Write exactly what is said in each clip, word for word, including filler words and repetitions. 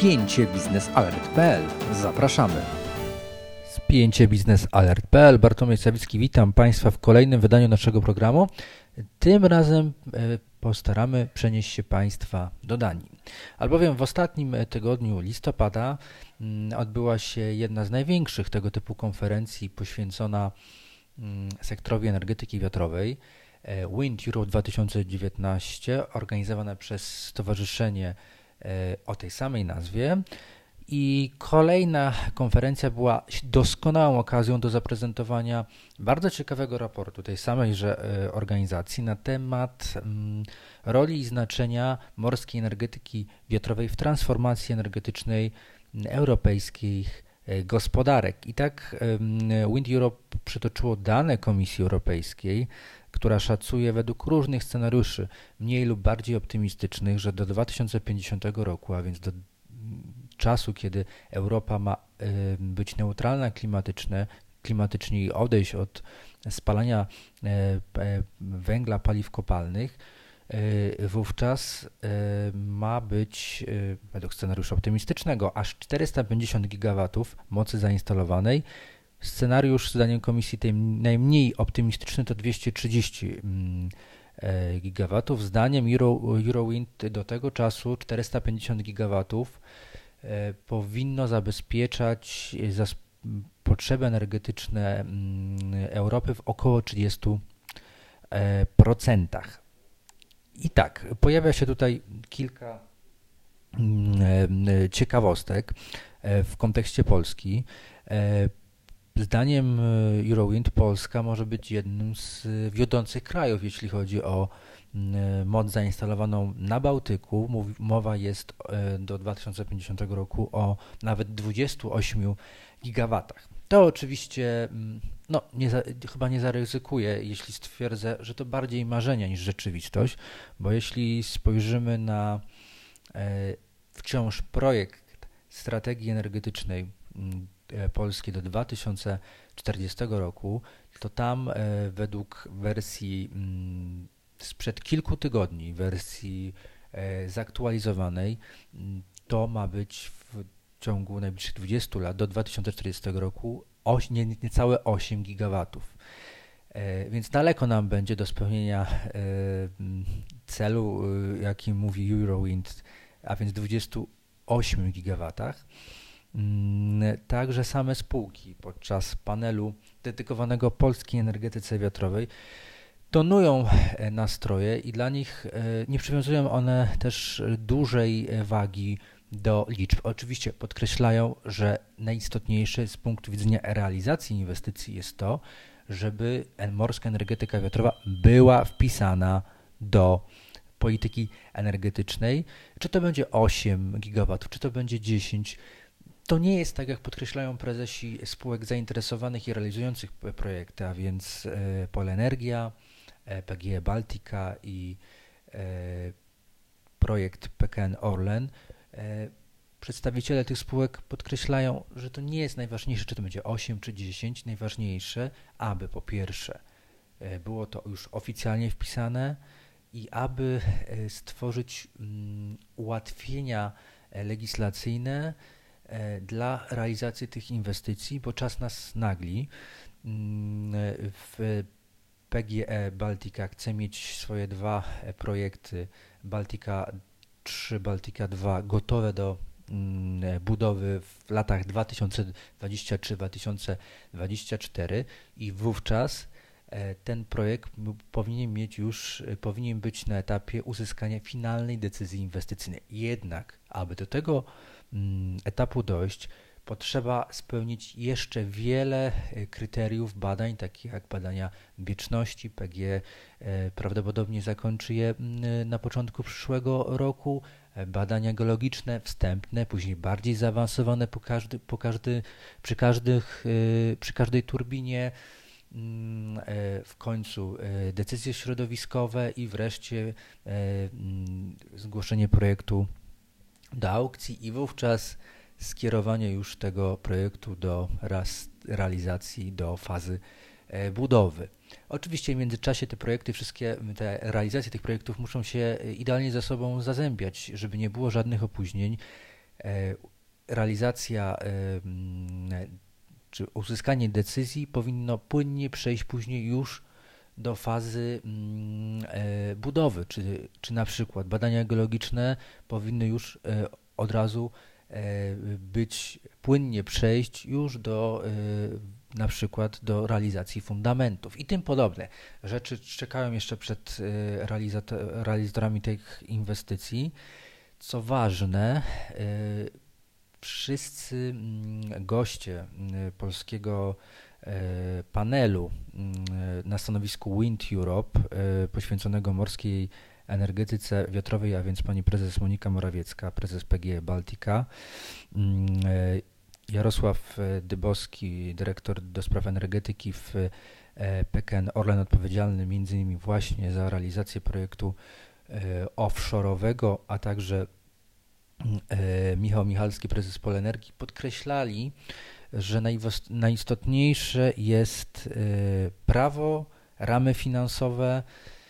Spięcie Biznes Alert kropka pe el. Zapraszamy. Spięcie Biznes Alert kropka pe el. Bartłomiej Sawicki, witam Państwa w kolejnym wydaniu naszego programu. Tym razem postaramy przenieść się Państwa do Danii. Albowiem w ostatnim tygodniu listopada odbyła się jedna z największych tego typu konferencji poświęcona sektorowi energetyki wiatrowej. Wind Europe dwa tysiące dziewiętnaście, organizowane przez stowarzyszenie o tej samej nazwie. I kolejna konferencja była doskonałą okazją do zaprezentowania bardzo ciekawego raportu tej samejże organizacji na temat roli i znaczenia morskiej energetyki wiatrowej w transformacji energetycznej europejskich gospodarek. I tak Wind Europe przytoczyło dane Komisji Europejskiej, która szacuje według różnych scenariuszy, mniej lub bardziej optymistycznych, że do dwa tysiące pięćdziesiątego roku, a więc do czasu, kiedy Europa ma być neutralna klimatycznie, klimatycznie i odejść od spalania węgla, paliw kopalnych, wówczas ma być, według scenariusza optymistycznego, aż czterysta pięćdziesiąt gigawatów mocy zainstalowanej. Scenariusz zdaniem komisji tej najmniej optymistyczny to dwieście trzydzieści gigawatów. Zdaniem Euro, Eurowind do tego czasu czterysta pięćdziesiąt gigawatów powinno zabezpieczać potrzeby energetyczne Europy w około trzydziestu procentach. I tak, pojawia się tutaj kilka ciekawostek w kontekście Polski. Zdaniem Eurowind Polska może być jednym z wiodących krajów, jeśli chodzi o moc zainstalowaną na Bałtyku. Mowa jest do dwa tysiące pięćdziesiątego roku o nawet dwudziestu ośmiu gigawatach. To oczywiście no, nie za, chyba nie zaryzykuję, jeśli stwierdzę, że to bardziej marzenia niż rzeczywistość, bo jeśli spojrzymy na e, wciąż projekt strategii energetycznej Polski do dwa tysiące czterdziestego roku, to tam e, według wersji m, sprzed kilku tygodni, wersji e, zaktualizowanej, to ma być w ciągu najbliższych dwudziestu lat do dwa tysiące czterdziestego roku oś, nie, niecałe osiem gigawatów. E, więc daleko nam będzie do spełnienia e, celu, e, jaki mówi Eurowind, a więc dwudziestu ośmiu gigawatach. Także same spółki podczas panelu dedykowanego polskiej energetyce wiatrowej tonują nastroje i dla nich nie przywiązują one też dużej wagi do liczb. Oczywiście podkreślają, że najistotniejsze z punktu widzenia realizacji inwestycji jest to, żeby morska energetyka wiatrowa była wpisana do polityki energetycznej. Czy to będzie osiem gigawatów, czy to będzie dziesięć. To nie jest tak, jak podkreślają prezesi spółek zainteresowanych i realizujących projekty, a więc Polenergia, P G E Baltica i projekt P K N Orlen. Przedstawiciele tych spółek podkreślają, że to nie jest najważniejsze, czy to będzie osiem czy dziesięć. Najważniejsze, aby po pierwsze było to już oficjalnie wpisane i aby stworzyć ułatwienia legislacyjne dla realizacji tych inwestycji, bo czas nas nagli. W P G E Baltica chce mieć swoje dwa projekty, Baltica trzy, Baltica dwa, gotowe do budowy w latach dwa tysiące dwudziestym trzecim do dwa tysiące dwudziestego czwartego i wówczas ten projekt powinien mieć już, powinien być na etapie uzyskania finalnej decyzji inwestycyjnej. Jednak, aby do tego etapu dojść, potrzeba spełnić jeszcze wiele kryteriów badań, takich jak badania wieczności. P G E prawdopodobnie zakończy je na początku przyszłego roku. Badania geologiczne wstępne, później bardziej zaawansowane po każdy, po każdy, przy, każdych, przy każdej turbinie. W końcu decyzje środowiskowe i wreszcie zgłoszenie projektu do aukcji i wówczas skierowanie już tego projektu do realizacji, do fazy budowy. Oczywiście w międzyczasie te projekty, wszystkie te realizacje tych projektów muszą się idealnie ze sobą zazębiać, żeby nie było żadnych opóźnień. realizacja czy uzyskanie decyzji powinno płynnie przejść później już do fazy budowy, czy, czy na przykład badania geologiczne powinny już od razu być płynnie przejść już do na przykład do realizacji fundamentów i tym podobne rzeczy czekają jeszcze przed realizatorami tych inwestycji. Co ważne, wszyscy goście polskiego panelu na stanowisku Wind Europe poświęconego morskiej energetyce wiatrowej, a więc pani prezes Monika Morawiecka, prezes P G E Baltica, Jarosław Dybowski, dyrektor do spraw energetyki w P K N Orlen, odpowiedzialny między innymi właśnie za realizację projektu offshore'owego, a także Michał Michalski, prezes Polenergii, podkreślali, że najistotniejsze jest prawo, ramy finansowe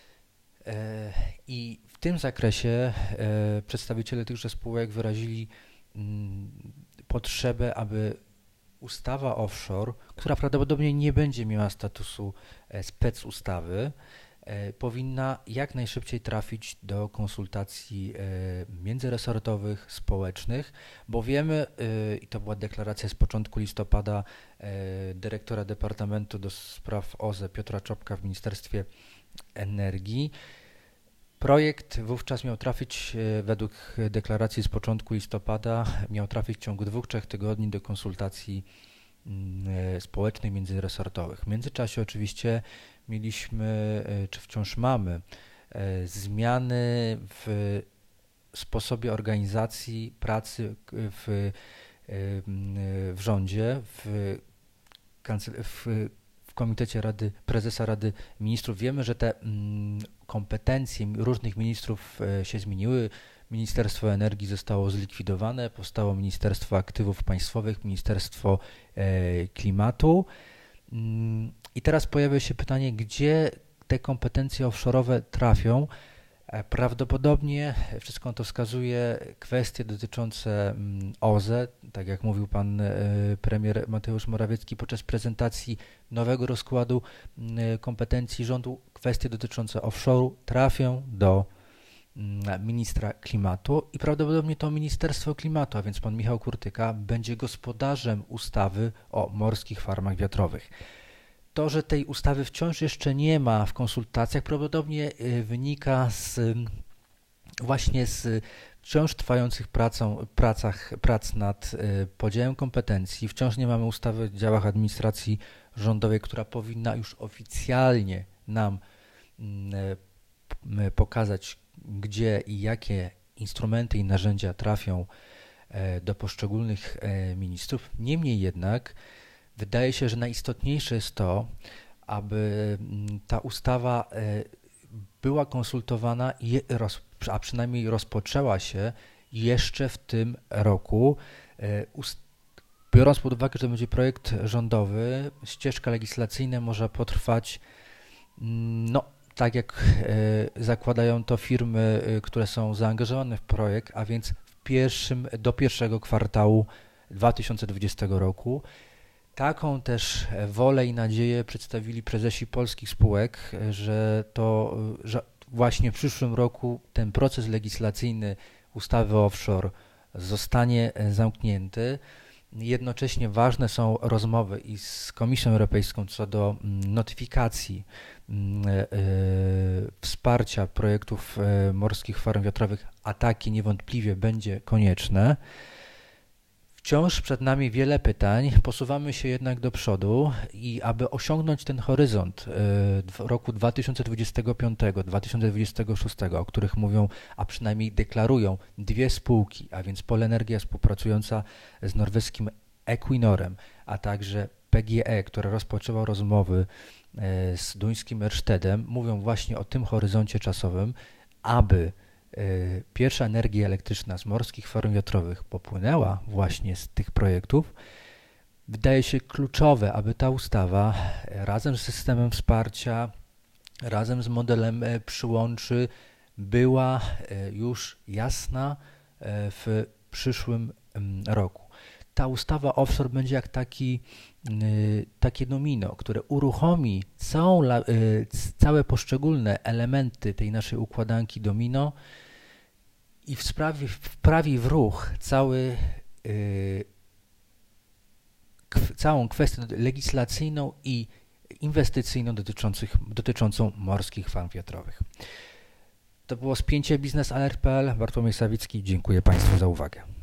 i w tym zakresie przedstawiciele tychże spółek wyrazili potrzebę, aby ustawa offshore, która prawdopodobnie nie będzie miała statusu specustawy, powinna jak najszybciej trafić do konsultacji międzyresortowych, społecznych, bo wiemy, i to była deklaracja z początku listopada dyrektora Departamentu do Spraw O Z E Piotra Czopka w Ministerstwie Energii. Projekt wówczas miał trafić, według deklaracji z początku listopada, miał trafić w ciągu dwóch, trzech tygodni do konsultacji społecznych, międzyresortowych. W międzyczasie oczywiście mieliśmy, czy wciąż mamy, zmiany w sposobie organizacji pracy w, w rządzie, w, w, w Komitecie Rady, Prezesa Rady Ministrów. Wiemy, że te kompetencje różnych ministrów się zmieniły. Ministerstwo Energii zostało zlikwidowane, powstało Ministerstwo Aktywów Państwowych, Ministerstwo Klimatu. I teraz pojawia się pytanie, gdzie te kompetencje offshore'owe trafią. Prawdopodobnie wszystko to wskazuje kwestie dotyczące O Z E, tak jak mówił pan premier Mateusz Morawiecki podczas prezentacji nowego rozkładu kompetencji rządu. Kwestie dotyczące offshore'u trafią do ministra klimatu i prawdopodobnie to Ministerstwo Klimatu, a więc pan Michał Kurtyka, będzie gospodarzem ustawy o morskich farmach wiatrowych. To, że tej ustawy wciąż jeszcze nie ma w konsultacjach, prawdopodobnie wynika z właśnie z wciąż trwających pracą, pracach, prac nad podziałem kompetencji. Wciąż nie mamy ustawy o działach administracji rządowej, która powinna już oficjalnie nam pokazać, gdzie i jakie instrumenty i narzędzia trafią do poszczególnych ministrów. Niemniej jednak wydaje się, że najistotniejsze jest to, aby ta ustawa była konsultowana, a przynajmniej rozpoczęła się jeszcze w tym roku. Biorąc pod uwagę, że to będzie projekt rządowy, ścieżka legislacyjna może potrwać, no tak jak zakładają to firmy, które są zaangażowane w projekt, a więc w pierwszym, do pierwszego kwartału dwa tysiące dwudziestego roku. Taką też wolę i nadzieję przedstawili prezesi polskich spółek, że to że właśnie w przyszłym roku ten proces legislacyjny ustawy offshore zostanie zamknięty. Jednocześnie ważne są rozmowy i z Komisją Europejską co do notyfikacji wsparcia projektów morskich farm wiatrowych, a takie niewątpliwie będzie konieczne. Wciąż przed nami wiele pytań, posuwamy się jednak do przodu i aby osiągnąć ten horyzont roku dwa tysiące dwudziestego piątego do dwa tysiące dwudziestego szóstego, o których mówią, a przynajmniej deklarują dwie spółki, a więc Polenergia współpracująca z norweskim Equinorem, a także P G E, która rozpoczęła rozmowy z duńskim Ørstedem, mówią właśnie o tym horyzoncie czasowym, aby pierwsza energia elektryczna z morskich farm wiatrowych popłynęła właśnie z tych projektów. Wydaje się kluczowe, aby ta ustawa razem z systemem wsparcia, razem z modelem przyłączy była już jasna w przyszłym roku. Ta ustawa offshore będzie jak taki, takie domino, które uruchomi całą, całe poszczególne elementy tej naszej układanki domino i wprawi, wprawi w ruch cały, całą kwestię legislacyjną i inwestycyjną dotyczących, dotyczącą morskich farm wiatrowych. To było spięcie biznes alert kropka p l. Bartłomiej Sawicki. Dziękuję Państwu za uwagę.